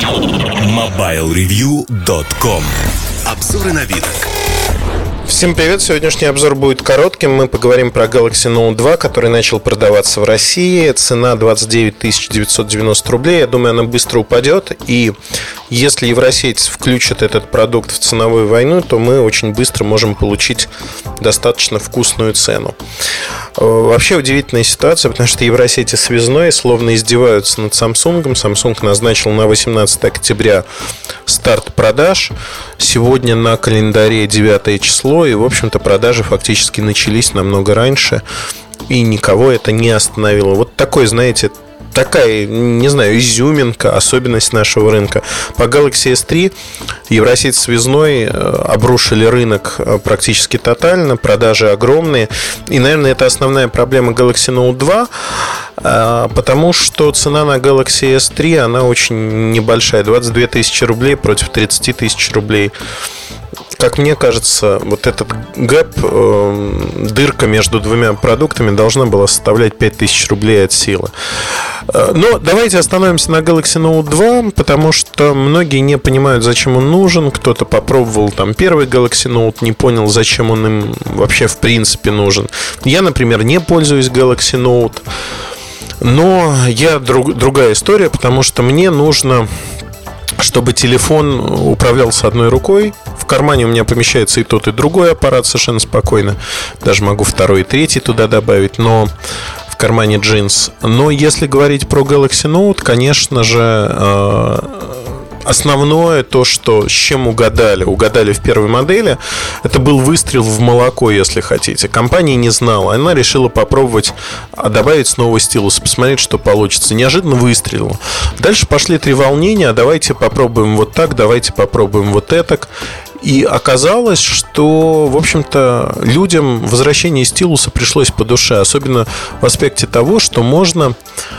MobileReview.com. Обзоры новинок. Всем привет! Сегодняшний обзор будет коротким. Мы поговорим про Galaxy Note 2, который начал продаваться в России. Цена 29 990 рублей. Я думаю, она быстро упадет. И если Евросеть включит этот продукт в ценовую войну, то мы очень быстро можем получить достаточно вкусную цену. Вообще удивительная ситуация, потому что Евросеть и связной словно издеваются над Samsung. Samsung назначил на 18 октября старт продаж. Сегодня на календаре 9 число. И, в общем-то, продажи фактически начались намного раньше. И никого это не остановило. Вот такой, знаете, такая, не знаю, изюминка, особенность нашего рынка. По Galaxy S3 Евросеть связной обрушили рынок практически тотально. Продажи огромные. И, наверное, это основная проблема Galaxy Note 2, потому что цена на Galaxy S3, она очень небольшая. 22 тысячи рублей против 30 тысяч рублей. Как мне кажется, вот этот гэп, дырка между двумя продуктами должна была составлять 5000 рублей от силы. Но давайте остановимся на Galaxy Note 2, потому что многие не понимают, зачем он нужен. Кто-то попробовал там первый Galaxy Note, не понял, зачем он им вообще в принципе нужен. Я, например, не пользуюсь Galaxy Note, но я другая история, потому что мне нужно, чтобы телефон управлялся одной рукой. В кармане у меня помещается и тот, и другой аппарат совершенно спокойно. Даже могу второй и третий туда добавить, но в кармане джинс. Но если говорить про Galaxy Note, конечно же, основное то, что с чем угадали в первой модели, это был выстрел в молоко, если хотите. Компания не знала, она решила попробовать добавить снова стилус, посмотреть, что получится. Неожиданно выстрелила. Дальше пошли три волнения: давайте попробуем вот так, давайте попробуем вот этак. И оказалось, что, в общем-то, людям возвращение стилуса пришлось по душе. Особенно в аспекте того, что можно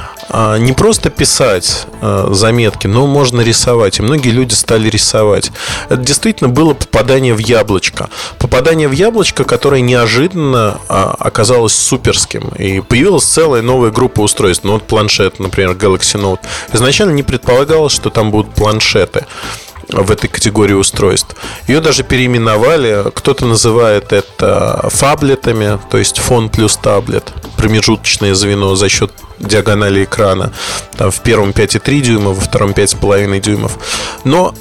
не просто писать заметки, но можно рисовать. И многие люди стали рисовать. Это действительно было попадание в яблочко. Попадание в яблочко, которое неожиданно оказалось суперским. И появилась целая новая группа устройств. Ну вот планшет, например, Galaxy Note. Изначально не предполагалось, что там будут планшеты в этой категории устройств. Ее даже переименовали. Кто-то называет это фаблетами, то есть фон плюс таблет, промежуточное звено за счет диагонали экрана. Там в первом 5,3 дюйма, во втором 5,5 дюймов. Но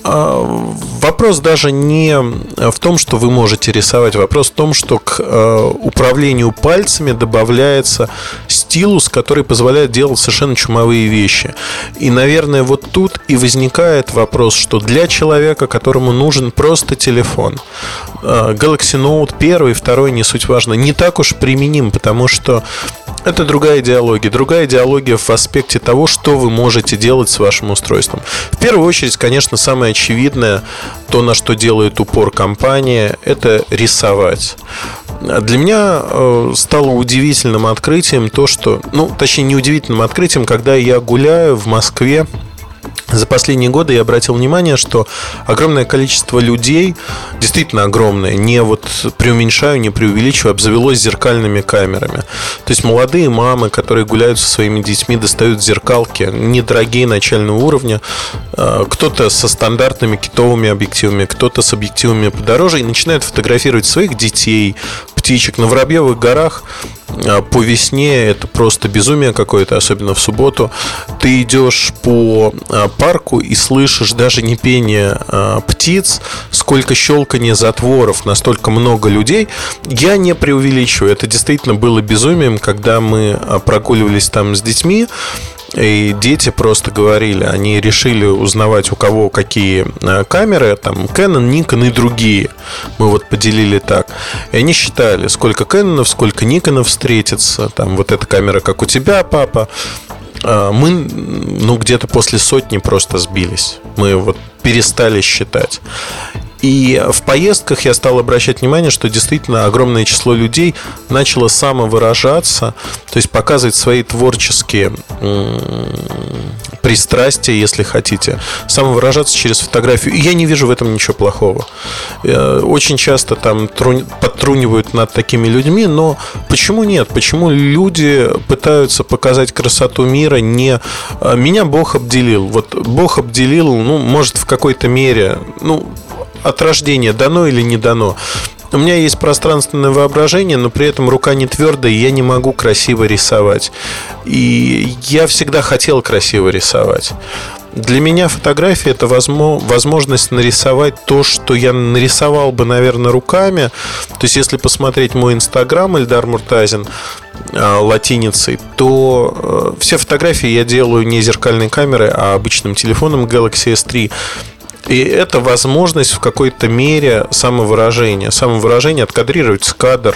вопрос даже не в том, что вы можете рисовать. Вопрос в том, что к управлению пальцами добавляется стилус, который позволяет делать совершенно чумовые вещи. И, наверное, вот тут и возникает вопрос, что для человека, которому нужен просто телефон, Galaxy Note 1, 2, не суть важно, не так уж применим, потому что это другая идеология. Другая идеология в аспекте того, что вы можете делать с вашим устройством. В первую очередь, конечно, самое очевидное, то, на что делает упор компания, это рисовать. Для меня стало удивительным открытием то, что... точнее, не удивительным открытием, когда я гуляю в Москве. За последние годы я обратил внимание, что огромное количество людей, действительно огромное, не вот преуменьшаю, не преувеличиваю, обзавелось зеркальными камерами. То есть молодые мамы, которые гуляют со своими детьми, достают зеркалки недорогие, начального уровня. Кто-то со стандартными китовыми объективами, кто-то с объективами подороже, и начинают фотографировать своих детей, птичек. На Воробьевых горах по весне это просто безумие какое-то, особенно в субботу. Ты идешь по парку и слышишь даже не пение птиц, сколько щелканье затворов, настолько много людей. Я не преувеличиваю, это действительно было безумием, когда мы прогуливались там с детьми. И дети просто говорили, они решили узнавать, у кого какие камеры, там Canon, Nikon и другие. Мы вот поделили так. И они считали, сколько Canon'ов, сколько Никонов встретится. Там вот эта камера, как у тебя, папа. Мы, где-то после сотни просто сбились. Мы вот перестали считать. И в поездках я стал обращать внимание, что действительно огромное число людей начало самовыражаться, то есть показывать свои творческие пристрастия, если хотите, самовыражаться через фотографию. И я не вижу в этом ничего плохого. Очень часто там подтрунивают над такими людьми, но почему нет? Почему люди пытаются показать красоту мира не... Меня Бог обделил. Вот Бог обделил, может, в какой-то мере, от рождения дано или не дано. У меня есть пространственное воображение, но при этом рука не твердая, и я не могу красиво рисовать. И я всегда хотел красиво рисовать. Для меня фотография – это возможность нарисовать то, что я нарисовал бы, наверное, руками. То есть, если посмотреть мой Инстаграм, Эльдар Муртазин, латиницей, то все фотографии я делаю не зеркальной камерой, а обычным телефоном Galaxy S3. И это возможность в какой-то мере самовыражения. Самовыражение, откадрировать кадр,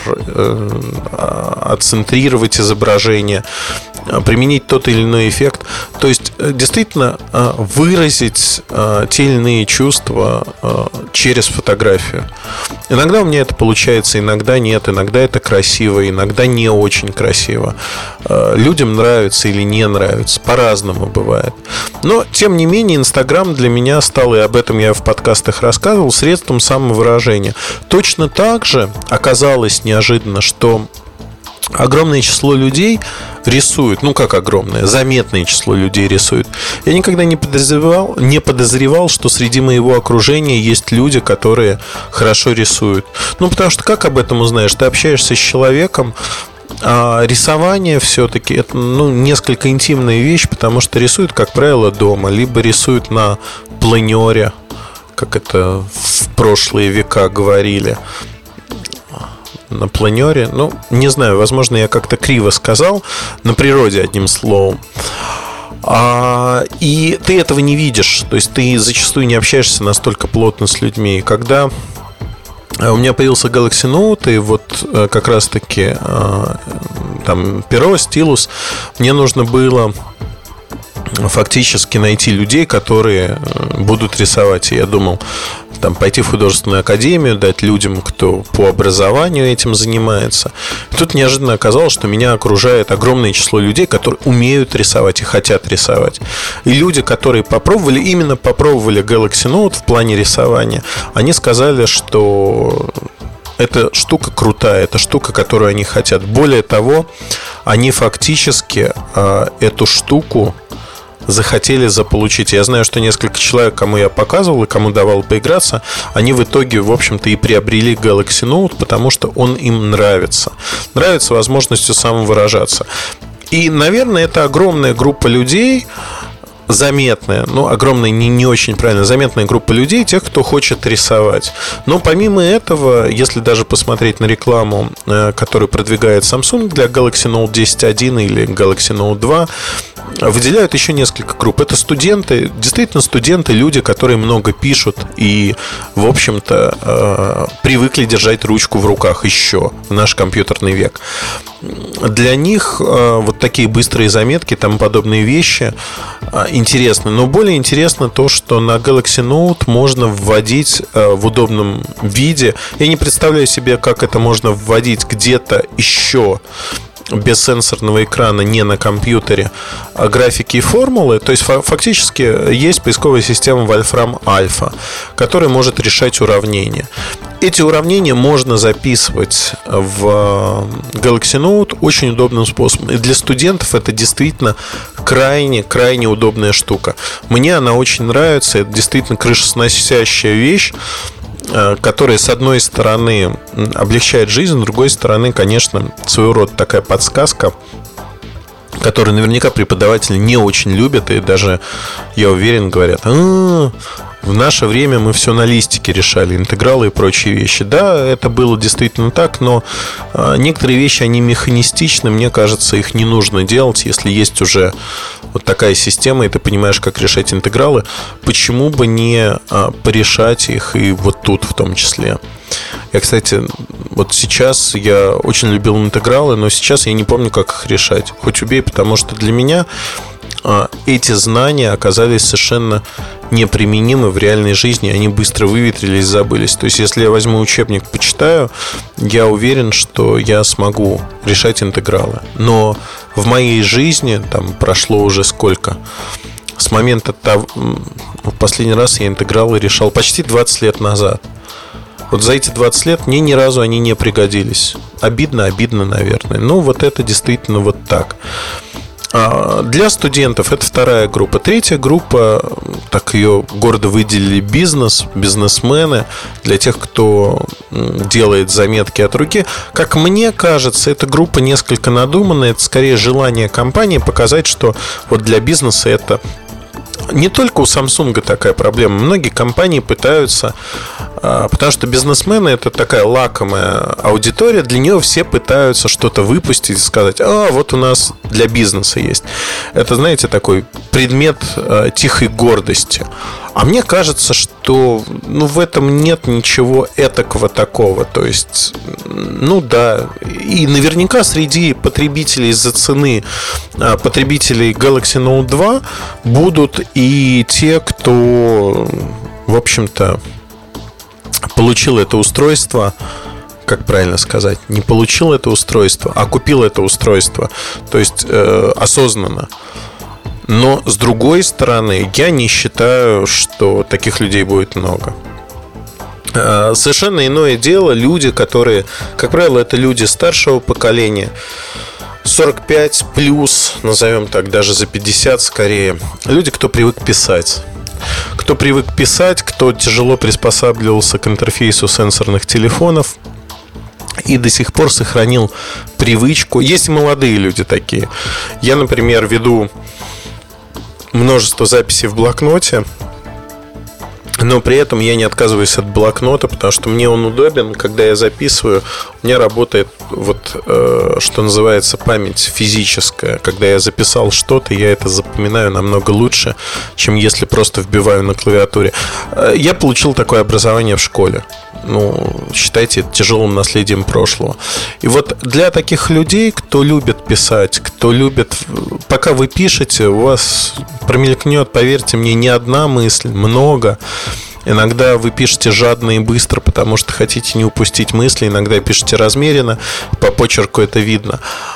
отцентрировать изображение, применить тот или иной эффект. То есть, действительно, выразить те или иные чувства через фотографию. Иногда у меня это получается, иногда нет. Иногда это красиво, иногда не очень красиво. Людям нравится или не нравится. По-разному бывает. Но, тем не менее, Инстаграм для меня стал, и об этом я в подкастах рассказывал, средством самовыражения. Точно так же оказалось неожиданно, что огромное число людей рисует, как огромное, заметное число людей рисует. Я никогда не подозревал, что среди моего окружения есть люди, которые хорошо рисуют. Потому что как об этом узнаешь? Ты общаешься с человеком. А рисование все-таки это несколько интимная вещь, потому что рисуют, как правило, дома, либо рисуют на планере, как это в прошлые века говорили. На планере, не знаю, возможно, я как-то криво сказал. На природе, одним словом. И ты этого не видишь. То есть ты зачастую не общаешься настолько плотно с людьми. И когда у меня появился Galaxy Note, и вот как раз-таки там перо, стилус, мне нужно было фактически найти людей, которые будут рисовать. И я думал, пойти в художественную академию, дать людям, кто по образованию этим занимается. И тут неожиданно оказалось, что меня окружает огромное число людей, которые умеют рисовать и хотят рисовать. И люди, которые попробовали Galaxy Note в плане рисования, они сказали, что эта штука крутая, это штука, которую они хотят. Более того, они фактически эту штуку захотели заполучить. Я знаю, что несколько человек, кому я показывал и кому давал поиграться, они в итоге, в общем-то, и приобрели Galaxy Note, потому что он им нравится. Нравится возможностью самовыражаться. И, наверное, это огромная группа людей, заметная, огромная, не очень правильно, заметная группа людей, тех, кто хочет рисовать. Но помимо этого, если даже посмотреть на рекламу, которую продвигает Samsung для Galaxy Note 10.1 или Galaxy Note 2, выделяют еще несколько групп. Это студенты, действительно студенты, люди, которые много пишут и, в общем-то, привыкли держать ручку в руках еще в наш компьютерный век. Для них вот такие быстрые заметки, тому подобные вещи интересны. Но более интересно то, что на Galaxy Note можно вводить в удобном виде. Я не представляю себе, как это можно вводить где-то еще без сенсорного экрана, не на компьютере, графики и формулы. То есть фактически есть поисковая система Wolfram Alpha, которая может решать уравнения. Эти уравнения можно записывать в Galaxy Note очень удобным способом. И для студентов это действительно крайне удобная штука. Мне она очень нравится. Это действительно крышесносящая вещь, которая, с одной стороны, облегчает жизнь, с другой стороны, конечно, своего рода такая подсказка, которую наверняка преподаватели не очень любят. И даже, я уверен, говорят: в наше время мы все на листике решали, интегралы и прочие вещи. Да, это было действительно так, но некоторые вещи, они механистичны. Мне кажется, их не нужно делать. Если есть уже вот такая система, и ты понимаешь, как решать интегралы, почему бы не порешать их и вот тут в том числе. Я, кстати, вот сейчас я очень любил интегралы, но сейчас я не помню, как их решать. Хоть убей, потому что для меня эти знания оказались совершенно неприменимы в реальной жизни. Они быстро выветрились, забылись. То есть, если я возьму учебник, почитаю, я уверен, что я смогу решать интегралы. Но в моей жизни там прошло уже сколько? С момента того, в последний раз я интегралы решал почти 20 лет назад. Вот за эти 20 лет мне ни разу они не пригодились. Обидно, наверное. Ну, вот это действительно вот так. Для студентов это вторая группа. Третья группа, так ее гордо выделили, бизнесмены. Для тех, кто делает заметки от руки. Как мне кажется, эта группа несколько надуманная. Это скорее желание компании показать, что вот для бизнеса это... Не только у Samsung такая проблема. Многие компании пытаются, потому что бизнесмены — это такая лакомая аудитория. Для нее все пытаются что-то выпустить и сказать: вот у нас для бизнеса есть. Это, знаете, такой предмет тихой гордости. А мне кажется, что в этом нет ничего этакого такого. То есть, да. И наверняка среди потребителей из-за цены потребителей Galaxy Note 2 будут и те, кто, в общем-то, получил это устройство. Как правильно сказать? Не получил это устройство, а купил это устройство. То есть осознанно. Но, с другой стороны, я не считаю, что таких людей будет много. Совершенно иное дело люди, которые, как правило, это люди старшего поколения, 45 плюс, назовем так, даже за 50 скорее. Люди, кто привык писать. Кто тяжело приспосабливался к интерфейсу сенсорных телефонов и до сих пор сохранил привычку. Есть и молодые люди такие. Я, например, веду множество записей в блокноте, но при этом я не отказываюсь от блокнота, потому что мне он удобен. Когда я записываю, у меня работает что называется память физическая. Когда я записал что-то, я это запоминаю намного лучше, чем если просто вбиваю на клавиатуре. Я получил такое образование в школе. Считайте это тяжелым наследием прошлого. И вот для таких людей, кто любит писать, кто любит... Пока вы пишете, у вас промелькнет, поверьте мне, не одна мысль, много. Иногда вы пишете жадно и быстро, потому что хотите не упустить мысли. Иногда пишете размеренно, по почерку это видно.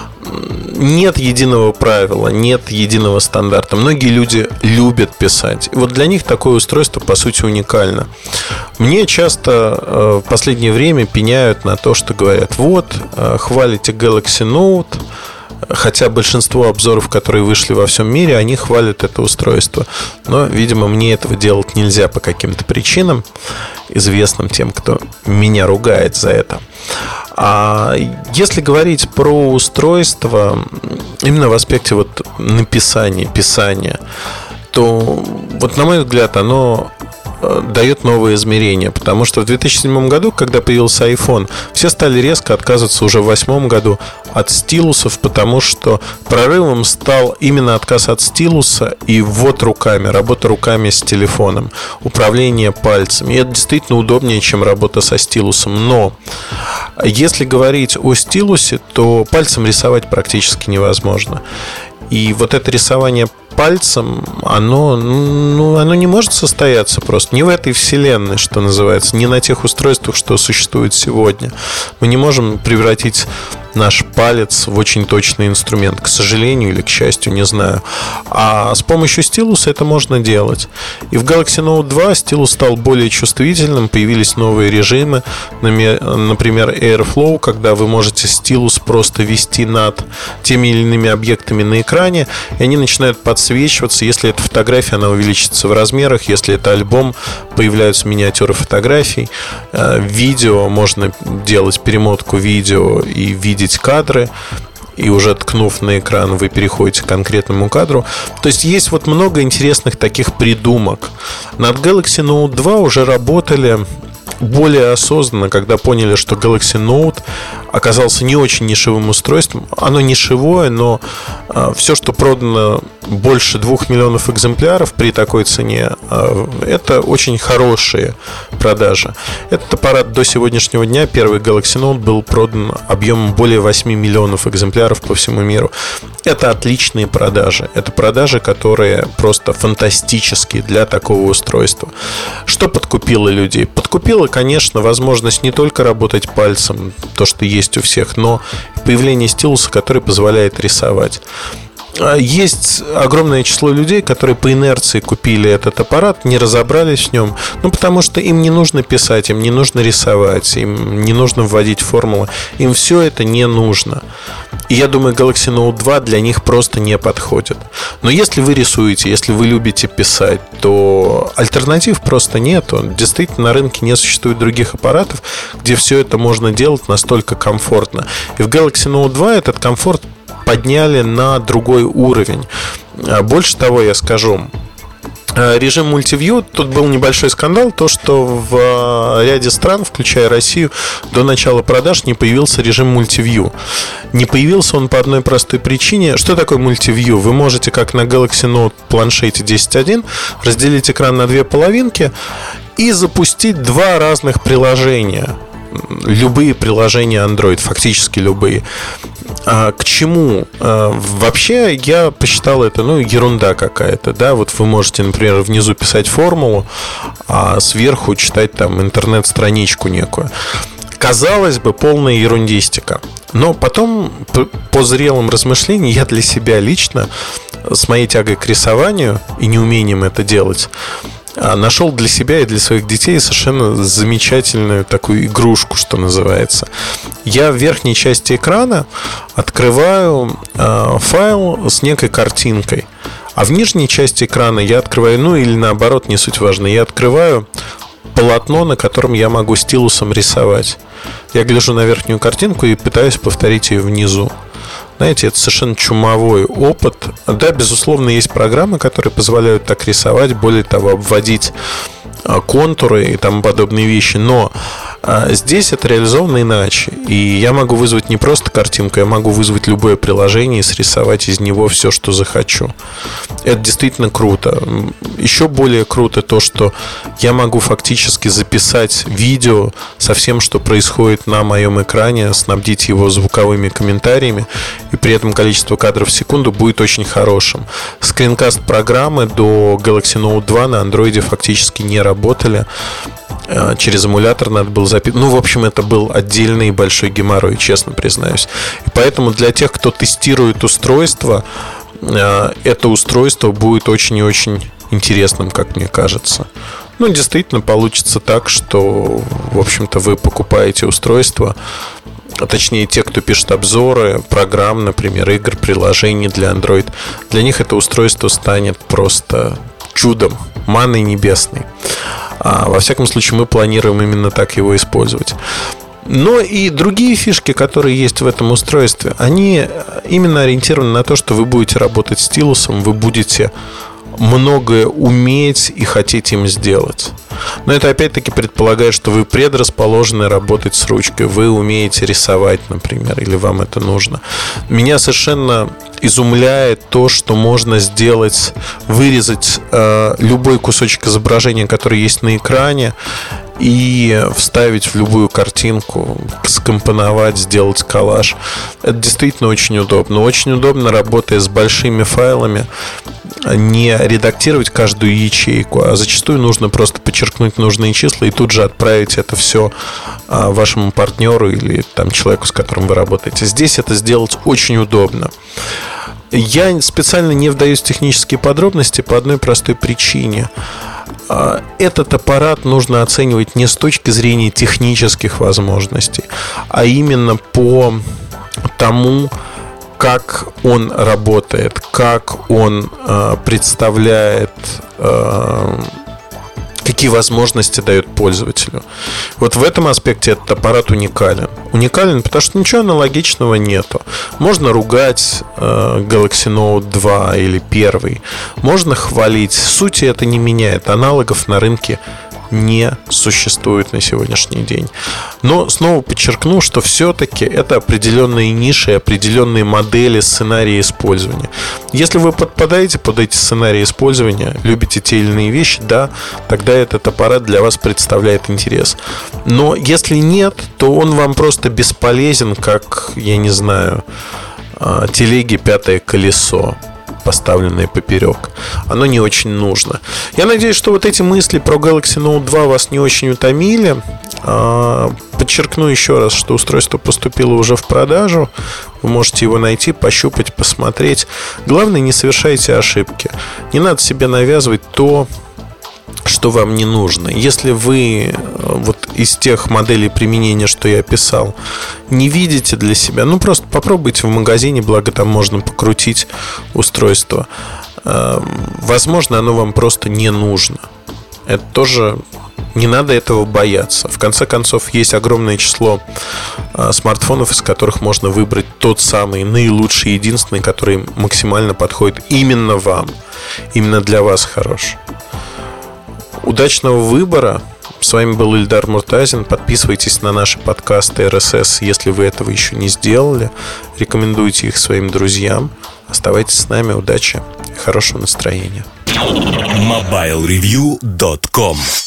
Нет единого правила, нет единого стандарта. Многие люди любят писать. И вот для них такое устройство, по сути, уникально. Мне часто в последнее время пеняют на то, что говорят: хвалите Galaxy Note. Хотя большинство обзоров, которые вышли во всем мире, они хвалят это устройство. Но, видимо, мне этого делать нельзя по каким-то причинам, известным тем, кто меня ругает за это. А если говорить про устройство именно в аспекте написания, писания, то, на мой взгляд, оно дает новые измерения. Потому что в 2007 году, когда появился iPhone, все стали резко отказываться уже в 2008 году от стилусов, потому что прорывом стал именно отказ от стилуса и работа руками с телефоном, управление пальцами. И это действительно удобнее, чем работа со стилусом. Но если говорить о стилусе, то пальцем рисовать практически невозможно. И это рисование пальцем, оно не может состояться просто. Не в этой вселенной, что называется, не на тех устройствах, что существует сегодня. Мы не можем превратить наш палец в очень точный инструмент, к сожалению или к счастью, не знаю. А с помощью стилуса это можно делать. И в Galaxy Note 2 стилус стал более чувствительным, появились новые режимы, например, Airflow, когда вы можете стилус просто вести над теми или иными объектами на экране, и они начинают подсвечиваться. Если это фотография, она увеличится в размерах. Если это альбом, появляются миниатюры фотографий. Видео, можно делать перемотку видео и видеть кадры, и уже ткнув на экран, вы переходите к конкретному кадру. То есть есть много интересных таких придумок. Над Galaxy Note 2 уже работали более осознанно, когда поняли, что Galaxy Note оказался не очень нишевым устройством. Оно нишевое, но все, что продано больше 2 миллионов экземпляров при такой цене, это очень хорошие продажи. Этот аппарат до сегодняшнего дня, первый Galaxy Note, был продан объемом более 8 миллионов экземпляров по всему миру. Это отличные продажи. Это продажи, которые просто фантастические для такого устройства. Что подкупило людей? Подкупило, конечно, возможность не только работать пальцем, то, что есть у всех, но появление стилуса, который позволяет рисовать. Есть огромное число людей, которые по инерции купили этот аппарат, не разобрались в нем, потому что им не нужно писать, им не нужно рисовать, им не нужно вводить формулы, им все это не нужно. И я думаю, Galaxy Note 2 для них просто не подходит. Но если вы рисуете, если вы любите писать, то альтернатив просто нету. Действительно, на рынке не существует других аппаратов, где все это можно делать настолько комфортно. И в Galaxy Note 2 этот комфорт подняли на другой уровень. Больше того, я скажу, режим мультивью, тут был небольшой скандал, то, что в ряде стран, включая Россию, до начала продаж не появился режим мультивью. Не появился он по одной простой причине. Что такое мультивью? Вы можете, как на Galaxy Note планшете 10.1, разделить экран на две половинки и запустить два разных приложения. Любые приложения Android, фактически любые. К чему? Вообще, я посчитал это, ерунда какая-то, да. Вот вы можете, например, внизу писать формулу, а сверху читать там интернет-страничку некую. Казалось бы, полная ерундистика. Но потом, по зрелым размышлениям, я для себя лично, с моей тягой к рисованию и неумением это делать, нашел для себя и для своих детей совершенно замечательную такую игрушку, что называется. Я в верхней части экрана открываю файл с некой картинкой, а в нижней части экрана я открываю, или наоборот, не суть важно, я открываю полотно, на котором я могу стилусом рисовать. Я гляжу на верхнюю картинку и пытаюсь повторить ее внизу. Знаете, это совершенно чумовой опыт. Да, безусловно, есть программы, которые позволяют так рисовать, более того, обводить контуры и тому подобные вещи. Но здесь это реализовано иначе. И я могу вызвать не просто картинку, я могу вызвать любое приложение и срисовать из него все, что захочу. Это действительно круто. Еще более круто то, что я могу фактически записать видео со всем, что происходит на моем экране, снабдить его звуковыми комментариями, и при этом количество кадров в секунду будет очень хорошим. Скринкаст программы до Galaxy Note 2 на Android фактически не работали. Через эмулятор надо было записывать. В общем, это был отдельный большой геморрой, честно признаюсь. И поэтому для тех, кто тестирует устройство, это устройство будет очень и очень интересным, как мне кажется. Действительно получится так, что, в общем-то, вы покупаете устройство, а точнее те, кто пишет обзоры программ, например, игр, приложений для Android, для них это устройство станет просто чудом, манной небесной. Во всяком случае, мы планируем именно так его использовать. Но и другие фишки, которые есть в этом устройстве, они именно ориентированы на то, что вы будете работать стилусом, вы будете многое уметь и хотеть им сделать. Но это опять-таки предполагает, что вы предрасположены работать с ручкой, вы умеете рисовать, например, или вам это нужно. Меня совершенно изумляет то, что можно сделать, вырезать любой кусочек изображения, который есть на экране, и вставить в любую картинку, скомпоновать, сделать коллаж. Это действительно очень удобно. Очень удобно, работая с большими файлами, не редактировать каждую ячейку, а зачастую нужно просто подчеркнуть нужные числа и тут же отправить это все вашему партнеру или человеку, с которым вы работаете. Здесь это сделать очень удобно. Я специально не вдаюсь в технические подробности по одной простой причине. Этот аппарат нужно оценивать не с точки зрения технических возможностей, а именно по тому, как он работает, как он представляет, какие возможности дает пользователю. Вот в этом аспекте этот аппарат уникален. Уникален, потому что ничего аналогичного нету. Можно ругать Galaxy Note 2 или 1. Можно хвалить. Сути это не меняет. Аналогов на рынке не существует на сегодняшний день. Но снова подчеркну, что все-таки это определенные ниши, определенные модели, сценарии использования. Если вы подпадаете под эти сценарии использования, любите те или иные вещи, да, тогда этот аппарат для вас представляет интерес. Но если нет, то он вам просто бесполезен, как, я не знаю, телеги пятое колесо, поставленное поперек. Оно не очень нужно. Я надеюсь, что вот эти мысли про Galaxy Note 2 вас не очень утомили. Подчеркну еще раз, что устройство поступило уже в продажу. Вы можете его найти, пощупать, посмотреть. Главное, не совершайте ошибки. Не надо себе навязывать то, что вам не нужно. Если вы вот из тех моделей применения, что я описал, не видите для себя, просто попробуйте в магазине, благо там можно покрутить устройство. Возможно, оно вам просто не нужно. Это тоже не надо этого бояться. В конце концов, есть огромное число смартфонов, из которых можно выбрать тот самый наилучший, единственный, который максимально подходит именно вам, именно для вас хорош. Удачного выбора. С вами был Ильдар Муртазин. Подписывайтесь на наши подкасты RSS, если вы этого еще не сделали. Рекомендуйте их своим друзьям. Оставайтесь с нами. Удачи и хорошего настроения. MobileReview.com